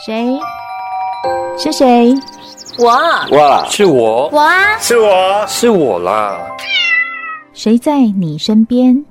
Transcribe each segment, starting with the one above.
谁？是谁？ 我是我， 我啊， 是我， 是我啦。 谁在你身边？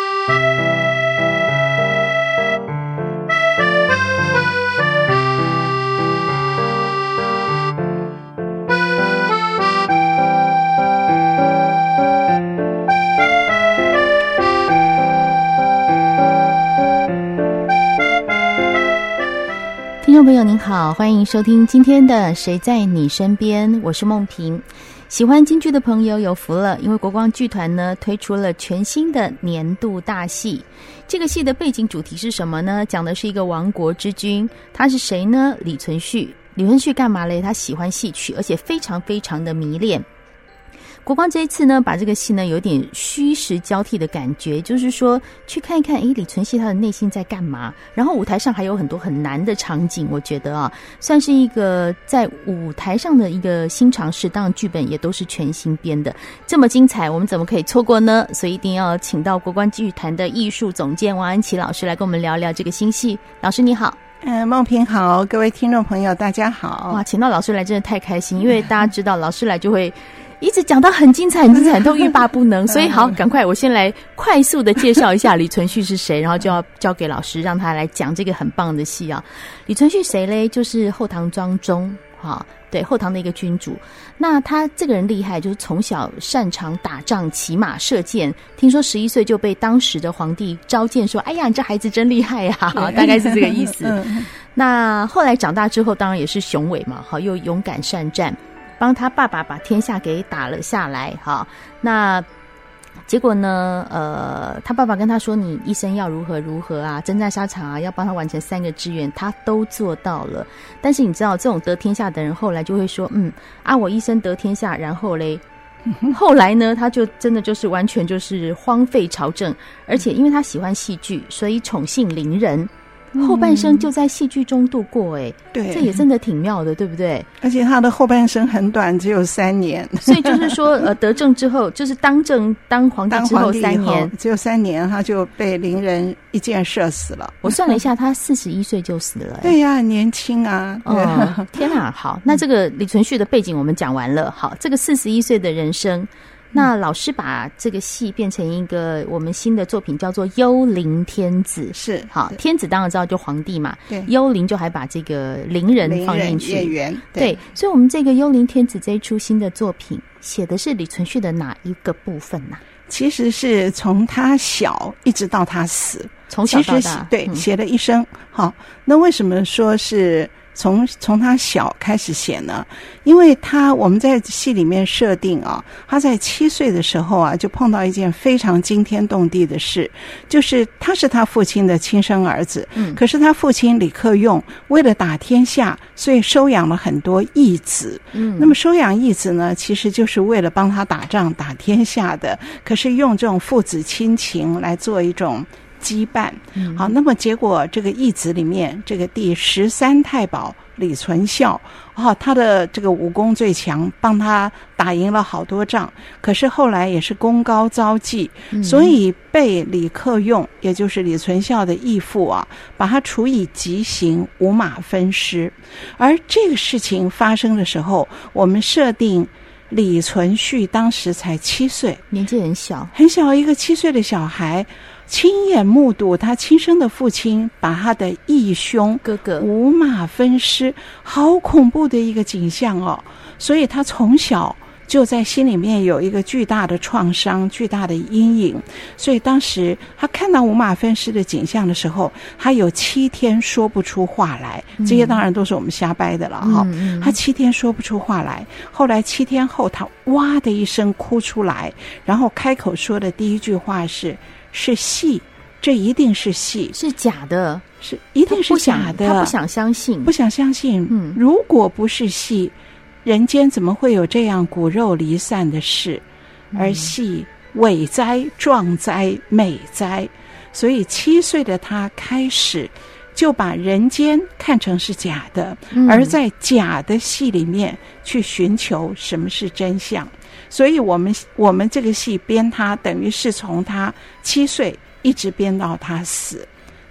听众朋友您好，欢迎收听今天的《谁在你身边》，我是梦萍。喜欢京剧的朋友有福了，因为国光剧团呢推出了全新的年度大戏。这个戏的背景主题是什么呢？讲的是一个亡国之君，他是谁呢？李存勖。李存勖干嘛嘞？他喜欢戏曲，而且非常非常的迷恋。国光这一次呢，把这个戏呢有点虚实交替的感觉，就是说去看一看，李存勖他的内心在干嘛。然后舞台上还有很多很难的场景，我觉得算是一个在舞台上的一个新尝试。当然剧本也都是全新编的，这么精彩，我们怎么可以错过呢？所以一定要请到国光剧团的艺术总监王安琪老师来跟我们聊聊这个新戏。老师你好。 梦萍好，各位听众朋友大家好。 哇，请到老师来真的太开心，因为大家知道老师来就会一直讲到很精彩很精彩，都欲罢不能。所以好，赶快我先来快速的介绍一下李存勖是谁，然后就要交给老师让他来讲这个很棒的戏啊。李存勖谁嘞？就是后唐庄中，对，后唐的一个君主。那他这个人厉害，就是从小擅长打仗、骑马、射箭。听说11岁就被当时的皇帝召见说：“哎呀，你这孩子真厉害呀！”大概是这个意思。那后来长大之后，当然也是雄伟嘛，又勇敢善战，帮他爸爸把天下给打了下来。那结果呢？他爸爸跟他说：“你一生要如何如何啊，征战沙场啊，要帮他完成3个志愿，他都做到了。”但是你知道，这种得天下的人后来就会说：“我一生得天下，然后嘞。”后来呢，他就真的就是完全就是荒废朝政，而且因为他喜欢戏剧，所以宠幸伶人。后半生就在戏剧中度过， 对， 这也真的挺妙的，对不对？ 而且他的后半生很短，只有3年。 所以就是说，得政之后，就是当皇帝之后3年， 只有3年，他就被伶人一箭射死了。 我算了一下，他41岁就死了。 对呀，年轻啊！ 天哪！好，那这个李存勖的背景我们讲完了。好，这个41岁的人生。那老师把这个戏变成一个我们新的作品，叫做《幽灵天子》。 是好，天子当然知道就皇帝嘛， 对， 幽灵就还把这个伶人放进去， 演员。 对，所以我们这个《幽灵天子》这一出新的作品，写的是李存勖的哪一个部分呢？ 其实是从他小一直到他死， 从小到大， 对，写了一生。好，那为什么说是从他小开始写呢？因为我们在戏里面设定他在7岁的时候就碰到一件非常惊天动地的事，就是他是他父亲的亲生儿子，可是他父亲李克用为了打天下，所以收养了很多义子。那么收养义子呢，其实就是为了帮他打仗打天下的，可是用这种父子亲情来做一种羁绊。好，那么结果这个义子里面，这个第13太保李存孝，他的这个武功最强，帮他打赢了好多仗，可是后来也是功高遭忌，所以被李克用，也就是李存孝的义父把他处以极刑，五马分尸。而这个事情发生的时候，我们设定李存勖当时才7岁， 年纪很小， 很小，一个7岁的小孩亲眼目睹他亲生的父亲把他的义兄哥哥五马分尸，好恐怖的一个景象所以他从小就在心里面有一个巨大的创伤，巨大的阴影。所以当时他看到五马分尸的景象的时候，他有7天说不出话来。这些当然都是我们瞎掰的了他7天说不出话来。后来7天后，他哇的一声哭出来，然后开口说的第一句话是戏，这一定是戏， 是假的， 是一定是假的。 他不想相信， 如果不是戏，人间怎么会有这样骨肉离散的事？而戏伟哉、壮哉、美哉。所以7岁的他开始就把人间看成是假的，而在假的戏里面去寻求什么是真相。所以我们这个戏编他，等于是从他7岁一直编到他死。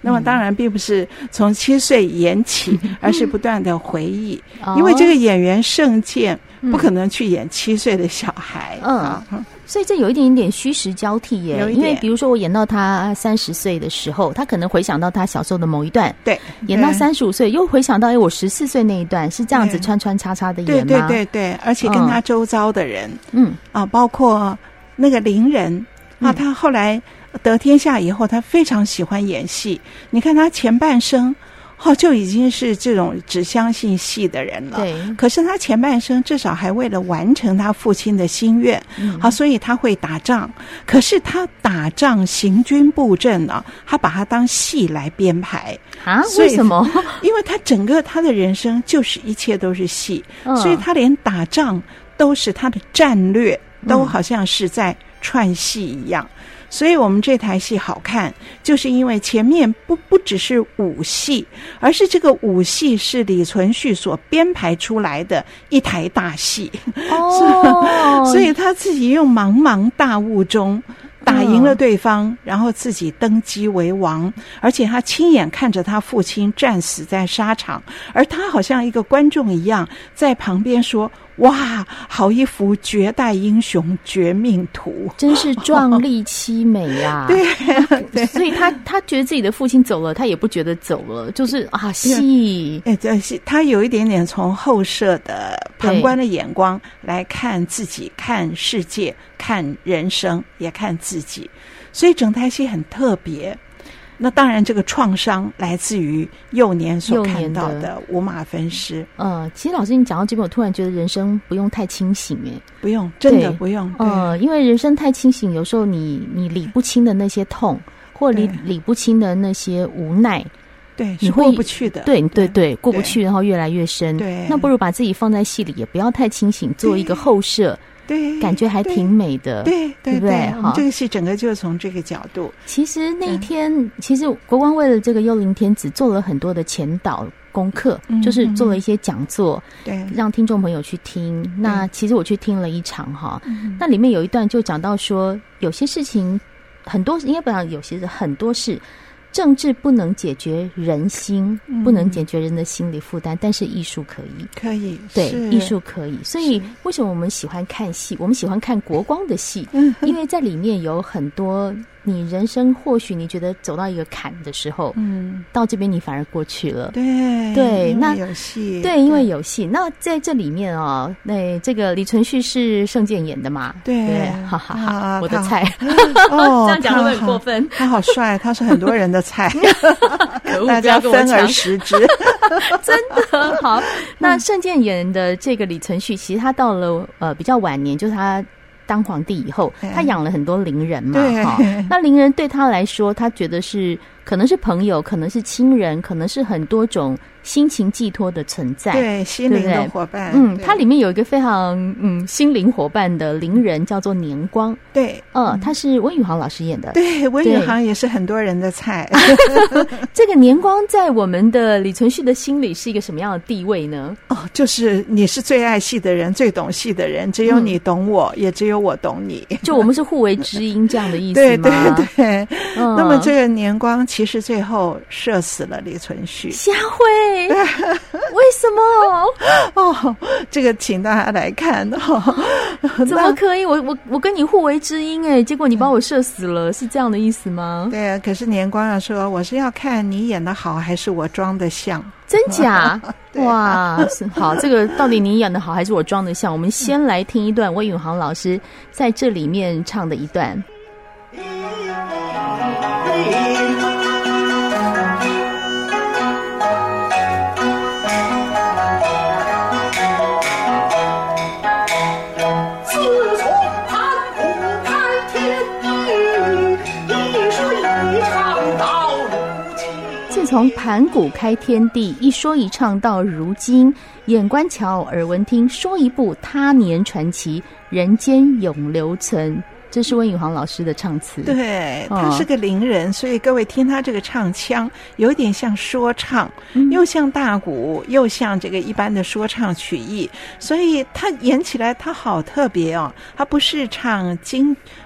那么当然并不是从7岁演起，而是不断的回忆，因为这个演员盛健不可能去演7岁的小孩。 所以这有一点点虚实交替耶，因为比如说我演到他30岁的时候，他可能回想到他小时候的某一段， 对， 演到35岁又回想到我14岁那一段，是这样子穿穿插插的演吗？ 对，而且跟他周遭的人，包括那个伶人他后来得天下以后，他非常喜欢演戏。你看他前半生就已经是这种只相信戏的人了。对。可是他前半生至少还为了完成他父亲的心愿，所以他会打仗。可是他打仗行军布阵呢，他把它当戏来编排啊？为什么？ 因为他整个他的人生就是一切都是戏，所以他连打仗都是他的战略，都好像是在串戏一样。所以我们这台戏好看，就是因为前面不只是武戏，而是这个武戏是李存勖所编排出来的一台大戏。所以他自己用茫茫大雾中打赢了对方，然后自己登基为王，而且他亲眼看着他父亲战死在沙场，而他好像一个观众一样在旁边说，哇，好一幅绝代英雄绝命图， 真是壮丽凄美啊。对，所以他觉得自己的父亲走了，他也不觉得走了，就是戏。 他有一点点从后设的旁观的眼光来看自己，看世界，看人生，也看自己，所以整台戏很特别。那当然这个创伤来自于幼年所看到的五马分尸。 其实老师你讲到这边，我突然觉得人生不用太清醒不用，真的不用。 因为人生太清醒，有时候你理不清的那些痛，或理不清的那些无奈， 对，你会过不去的。 对，过不去，然后越来越深。对，那不如把自己放在戏里，也不要太清醒，做一个后设。对，感觉还挺美的。对不对？ 我们这个戏整个就是从这个角度。 其实那一天，其实国光为了这个幽灵天子做了很多的前导功课，就是做了一些讲座，对，让听众朋友去听。那其实我去听了一场那里面有一段就讲到说，有些事情很多，应该不讲有些是很多事。政治不能解决人心，不能解决人的心理负担，但是艺术可以。对，艺术可以。所以为什么我们喜欢看戏？我们喜欢看国光的戏，因为在里面有很多你人生或许你觉得走到一个坎的时候，到这边你反而过去了。对，那有戏。 对，因为有戏。那在这里面那这个李存勖是盛健演的嘛？对，哈哈哈，我的菜。这样讲会不会很过分？ 他好帅，他是很多人的菜。大家分而食之。 真的好。那盛健演的这个李存勖，其实他到了比较晚年，就是他当皇帝以后，他养了很多伶人嘛。那伶人对他来说，他觉得是可能是朋友，可能是亲人，可能是很多种心情寄托的存在。 对，心灵的伙伴。 它里面有一个非常心灵伙伴的伶人，叫做年光。 对， 他是温宇航老师演的。 对，温宇航也是很多人的菜。 这个年光在我们的李存勖的心里是一个什么样的地位呢？ 就是你是最爱戏的人，最懂戏的人，只有你懂我，也只有我懂你。 就我们是互为知音这样的意思吗？ 对。那么这个年光其实最后射死了李存勖。 瞎会。为什么？ 这个请大家来看。 怎么可以？我跟你互为知音结果你把我射死了，是这样的意思吗？ 对啊，可是年光要说，我是要看你演的好，还是我装的像？ 真假？哇，好，这个到底你演的好，还是我装的像？我们先来听一段温宇航老师在这里面唱的一段。从盘古开天地，一说一唱到如今，眼观瞧，耳闻听，说一部他年传奇，人间永留存。这是温宇航老师的唱词。 对，他是个伶人，所以各位听他这个唱腔，有一点像说唱，又像大鼓，又像这个一般的说唱曲艺，所以他演起来他好特别他不是唱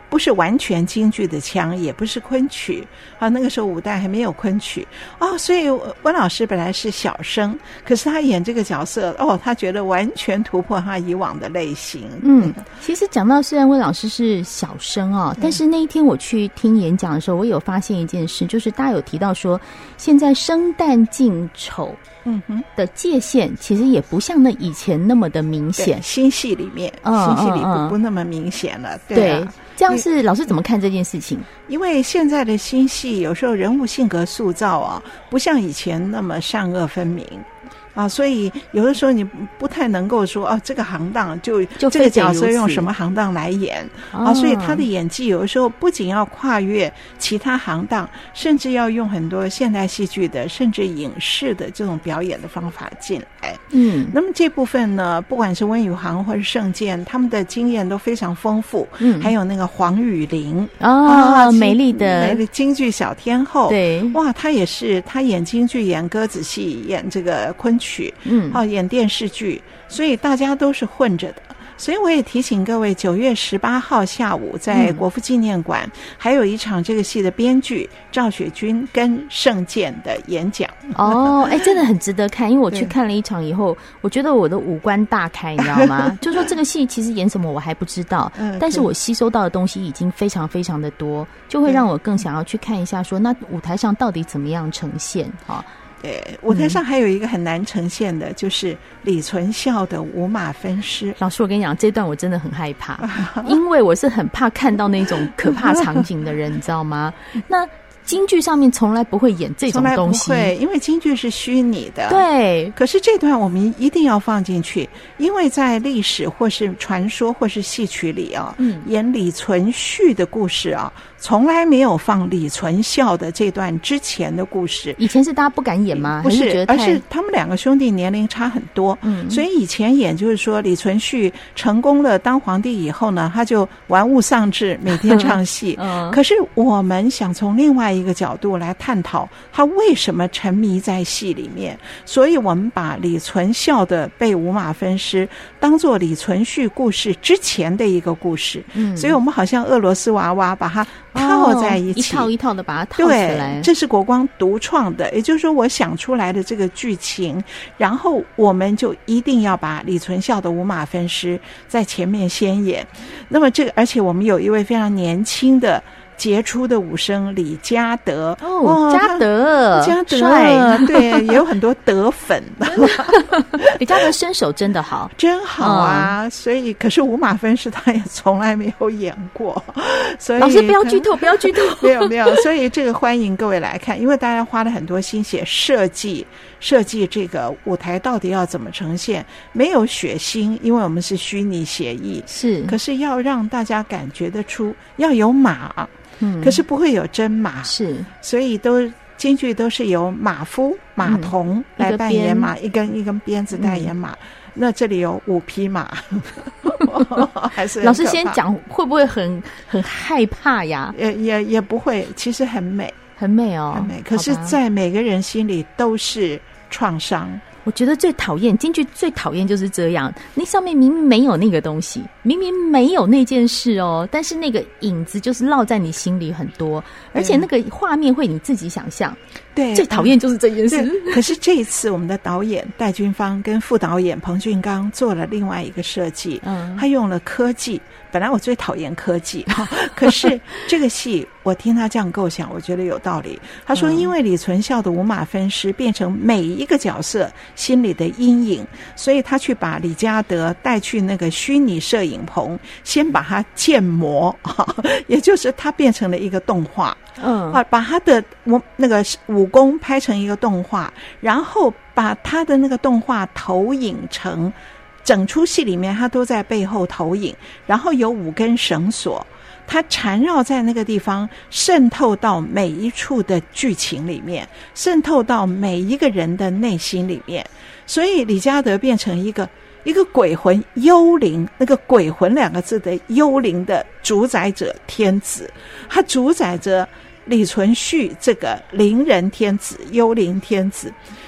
不是完全京剧的腔，也不是昆曲啊，那个时候五代还没有昆曲所以温老师本来是小生，可是他演这个角色他觉得完全突破他以往的类型。 其实讲到虽然温老师是小生但是那一天我去听演讲的时候，我有发现一件事，就是大家有提到说现在生旦净丑的界限其实也不像那以前那么的明显， 新戏里面新戏里不那么明显了。对， 这样是老师怎么看这件事情？ 因为现在的新戏有时候人物性格塑造不像以前那么善恶分明所以有的时候你不太能够说这个行当就这个角色用什么行当来演所以他的演技有的时候不仅要跨越其他行当，甚至要用很多现代戏剧的甚至影视的这种表演的方法进来。那么这部分呢，不管是温宇航或是盛健，他们的经验都非常丰富。还有那个黄雨玲美丽的京剧小天后。 对， 哇，她也是，她演京剧、演歌仔戏、演这个昆曲演电视剧，所以大家都是混着的。所以我也提醒各位，9月18号下午在国父纪念馆还有一场这个戏的编剧赵雪君跟盛健的演讲真的很值得看。因为我去看了一场以后，我觉得我的五官大开，你知道吗？就说这个戏其实演什么我还不知道但是我吸收到的东西已经非常非常的多，就会让我更想要去看一下说那舞台上到底怎么样呈现对，舞台上还有一个很难呈现的，就是李存孝的五马分尸。 老师，我跟你讲，这段我真的很害怕因为我是很怕看到那种可怕场景的人你知道吗？那京剧上面从来不会演这种东西， 从来不会，因为京剧是虚拟的。 对， 可是这段我们一定要放进去，因为在历史或是传说或是戏曲里演李存勖的故事从来没有放李存孝的这段之前的故事。 以前是大家不敢演吗？ 不是， 还是觉得而是他们两个兄弟年龄差很多所以以前演就是说李存勖成功了当皇帝以后呢，他就玩物丧志，每天唱戏可是我们想从另外一个角度来探讨他为什么沉迷在戏里面，所以我们把李存孝的被五马分尸当作李存勖故事之前的一个故事所以我们好像俄罗斯娃娃把它套在一起， 一套一套的把它套起来。 对，这是国光独创的，也就是说我想出来的这个剧情，然后我们就一定要把李存孝的五马分尸在前面先演。那么这个，而且我们有一位非常年轻的杰出的武生李嘉德嘉德帅，对，也有很多德粉李嘉德身手真的好， 真好所以可是五马分尸他也从来没有演过，所以老师不要剧透不要剧透没有所以这个欢迎各位来看，因为大家花了很多心血设计这个舞台到底要怎么呈现，没有血腥，因为我们是虚拟写意， 是， 可是要让大家感觉得出要有马可是不会有真马， 是， 所以京剧都是由马夫马童来扮演马，一根鞭子代言马那这里有5匹马还是老师先讲会不会很害怕呀？ 也不会，其实很美很美很美，可是在每个人心里都是创伤。 我觉得最讨厌京剧，最讨厌就是这样，那上面明明没有那个东西，明明没有那件事但是那个影子就是烙在你心里很多，而且那个画面会你自己想象。对，最讨厌就是这件事。 可是这一次我们的导演戴君芳跟副导演彭俊刚做了另外一个设计他用了科技，本来我最讨厌科技可是这个戏我听他这样构想，我觉得有道理。他说因为李存孝的五马分尸变成每一个角色心里的阴影，所以他去把李嘉德带去那个虚拟摄影棚，先把它建模也就是他变成了一个动画把他的那个武功拍成一个动画，然后把他的那个动画投影成整出戏里面他都在背后投影，然后有5根绳索它缠绕在那个地方，渗透到每一处的剧情里面，渗透到每一个人的内心里面。所以李嘉德变成一个鬼魂幽灵，那个鬼魂2个字的幽灵的主宰者天子，他主宰着李存勖这个灵人天子，幽灵天子。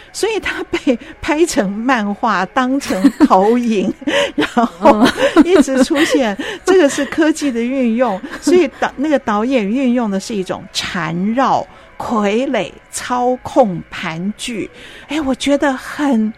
所以它被拍成漫画，当成投影，然后一直出现。这个是科技的运用，所以那个导演运用的是一种缠绕、傀儡、操控、盘踞。我觉得很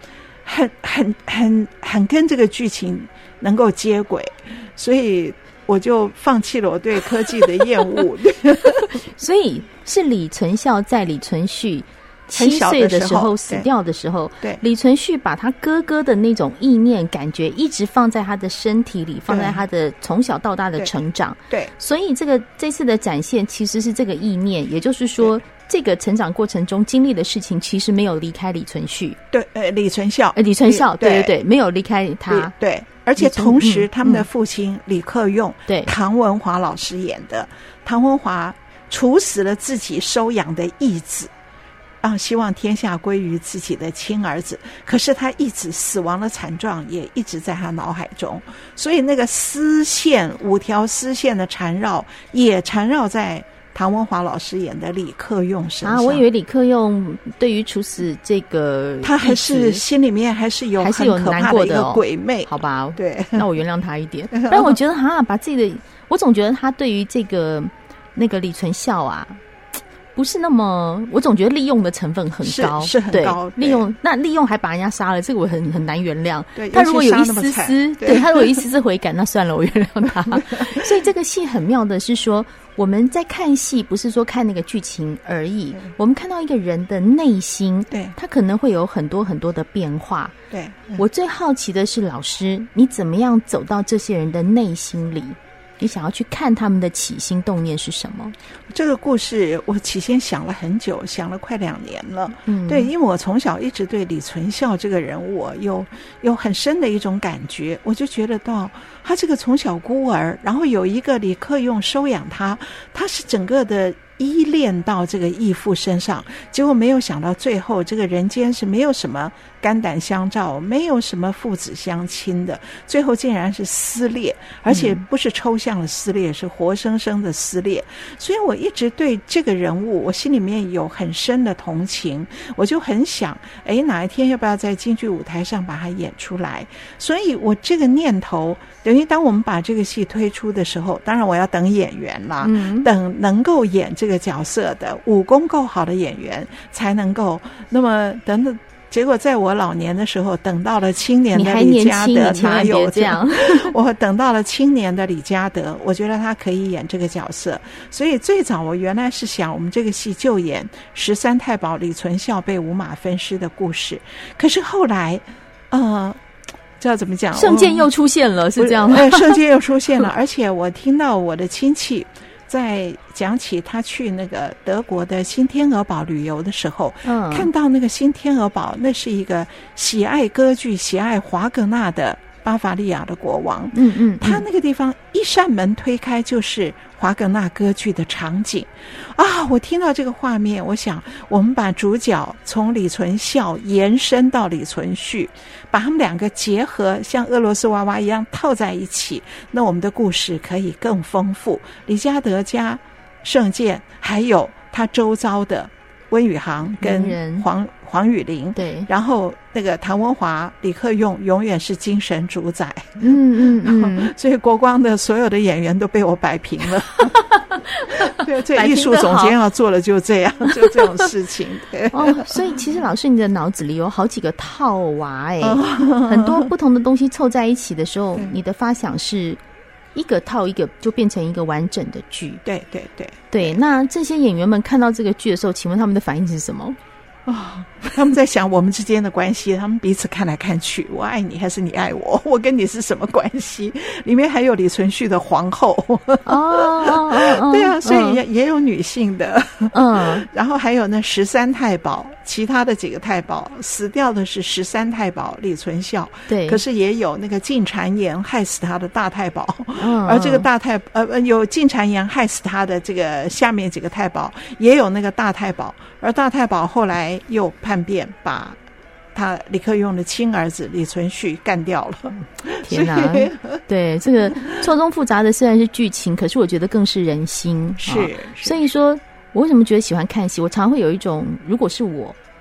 跟这个剧情能够接轨，所以我就放弃了我对科技的厌恶。 所以是李存孝在李存勖7岁的时候死掉的时候， 对， 李存勖把他哥哥的那种意念感觉一直放在他的身体里，放在他的从小到大的成长。 对， 所以这次的展现其实是这个意念，也就是说这个成长过程中经历的事情其实没有离开李存勖。 对，李存孝， 对，没有离开他。 对，而且同时他们的父亲李克用，对，唐文华老师演的，唐文华处死了自己收养的义子，希望天下归于自己的亲儿子，可是他义子死亡的惨状也一直在他脑海中，所以那个丝线5条丝线的缠绕也缠绕在唐文华老师演的李克用身上。 我以为李克用对于处死这个他还是心里面还是有很可怕的一个鬼魅。 好吧， 对， 那我原谅他一点。不然我觉得把自己的，我总觉得他对于这个那个李存孝啊，不是那么，我总觉得利用的成分很高， 是很高。 利用还把人家杀了，这个我很难原谅。 对， 他如果有一丝丝，对他如果有一丝丝悔改，那算了，我原谅他。所以这个戏很妙的是说，我们在看戏不是说看那个剧情而已，我们看到一个人的内心，对，他可能会有很多很多的变化。 对， 我最好奇的是老师，你怎么样走到这些人的内心里？你想要去看他们的起心动念是什么？ 这个故事我起先想了很久，想了快2年了。对，因为我从小一直对李存孝这个人物有很深的一种感觉，我就觉得到他这个从小孤儿，然后有一个李克用收养他，他是整个的依恋到这个义父身上，结果没有想到最后这个人间是没有什么肝胆相照，没有什么父子相亲的，最后竟然是撕裂，而且不是抽象的撕裂，是活生生的撕裂。所以我一直对这个人物我心里面有很深的同情，我就很想哪一天要不要在京剧舞台上把它演出来。所以我这个念头等于当我们把这个戏推出的时候，当然我要等演员啦，等能够演这个角色的武功够好的演员才能够，那么等结果在我老年的时候等到了青年的李嘉德，哪有这样我等到了青年的李嘉德，我觉得他可以演这个角色。所以最早我原来是想我们这个戏就演13太保李存孝被五马分尸的故事，可是后来知道怎么讲， 圣剑又出现了，是这样吗？ 圣剑又出现了而且我听到我的亲戚在讲起他去那个德国的新天鹅堡旅游的时候，看到那个新天鹅堡，那是一个喜爱歌剧、喜爱华格纳的巴伐利亚的国王。他那个地方一扇门推开就是华格纳歌剧的场景啊！我听到这个画面，我想我们把主角从李存孝延伸到李存勖，把他们两个结合，像俄罗斯娃娃一样套在一起，那我们的故事可以更丰富。李嘉德加圣剑，还有他周遭的温宇航跟黄雨玲， 对， 然后那个唐文华、李克用永远是精神主宰。所以国光的所有的演员都被我摆平了。对，这艺术总监要做的就这样，就这种事情。 所以其实老师你的脑子里有好几个套娃很多不同的东西凑在一起的时候，你的发想是一个套一个，就变成一个完整的剧。对，那这些演员们看到这个剧的时候，请问他们的反应是什么？ 他们在想我们之间的关系，他们彼此看来看去，我爱你还是你爱我，我跟你是什么关系？里面还有李存勖的皇后。对啊，所以也有女性的。然后还有那13太保，其他的几个太保死掉的是13太保李存孝，对，可是也有那个进谗言害死他的大太保。而这个大太有进谗言害死他的这个下面几个太保，也有那个大太保，而大太保后来又叛变，把他李克用的亲儿子李存勖干掉了。 天哪！对，这个错综复杂的虽然是剧情，可是我觉得更是人心。 是， 所以说我为什么觉得喜欢看戏，我常会有一种，如果是我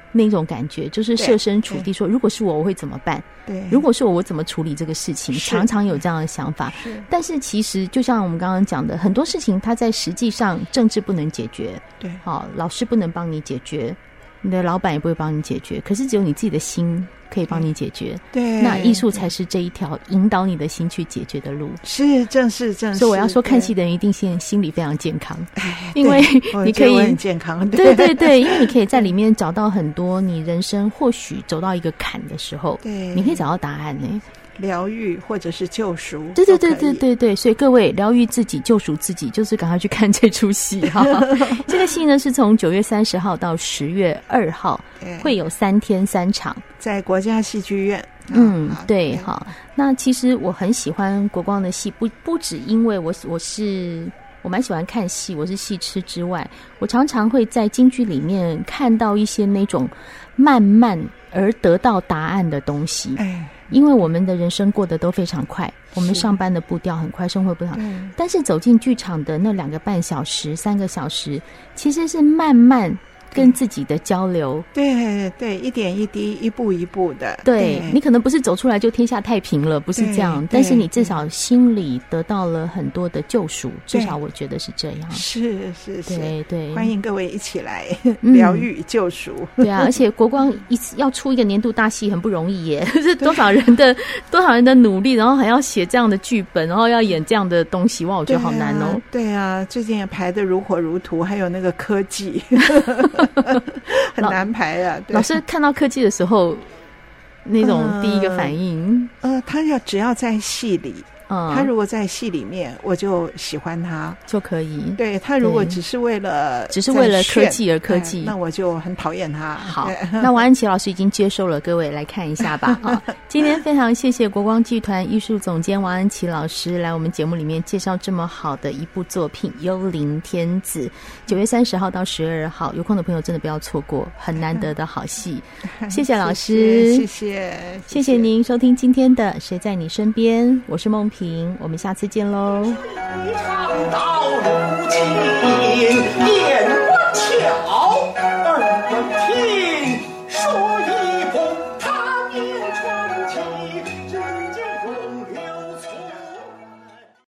那种感觉，就是设身处地说，如果是我会怎么办？ 对， 如果是我怎么处理这个事情？常常有这样的想法。但是其实就像我们刚刚讲的，很多事情它在实际上政治不能解决， 对， 好，老师不能帮你解决，你的老板也不会帮你解决，可是只有你自己的心可以帮你解决。 对， 那艺术才是这一条引导你的心去解决的路。 是，正是。 所以我要说，看戏的人一定心理非常健康，因为你可以很健康。 对对对，因为你可以在里面找到很多你人生或许走到一个坎的时候， 对， 你可以找到答案呢。 疗愈或者是救赎， 对对对对对对，所以各位疗愈自己、救赎自己，就是赶快去看这出戏哈。这个戏呢是从9月30号到10月2号，会有3天3场，在国家戏剧院。 对，好。那其实我很喜欢国光的戏，不只因为我蛮喜欢看戏，我是戏痴之外，我常常会在京剧里面看到一些那种慢慢而得到答案的东西。因为我们的人生过得都非常快，我们上班的步调很快，生活步调，但是走进剧场的那2个半小时、3个小时，其实是慢慢跟自己的交流。 对对，一点一滴，一步一步的。 对，你可能不是走出来就天下太平了，不是这样，但是你至少心里得到了很多的救赎，至少我觉得是这样。是，对对，欢迎各位一起来疗愈救赎。对啊，而且国光要出一个年度大戏很不容易耶，是多少人的努力，然后还要写这样的剧本，然后要演这样的东西，哇，我觉得好难哦。对啊，最近也排得如火如荼，还有那个科技。很难排啊！老师看到科技的时候，那种第一个反应，他只要在戏里，他如果在戏里面，我就喜欢他就可以。对，他如果只是为了科技而科技，那我就很讨厌他。好，那王安琪老师已经接受了，各位来看一下吧。今天非常谢谢国光剧团艺术总监王安琪老师来我们节目里面介绍这么好的一部作品《幽灵天子》，9月30号到10月2号，有空的朋友真的不要错过，很难得的好戏。谢谢老师，谢谢您收听今天的《谁在你身边》，我是梦萍，我们下次见喽。唱到如今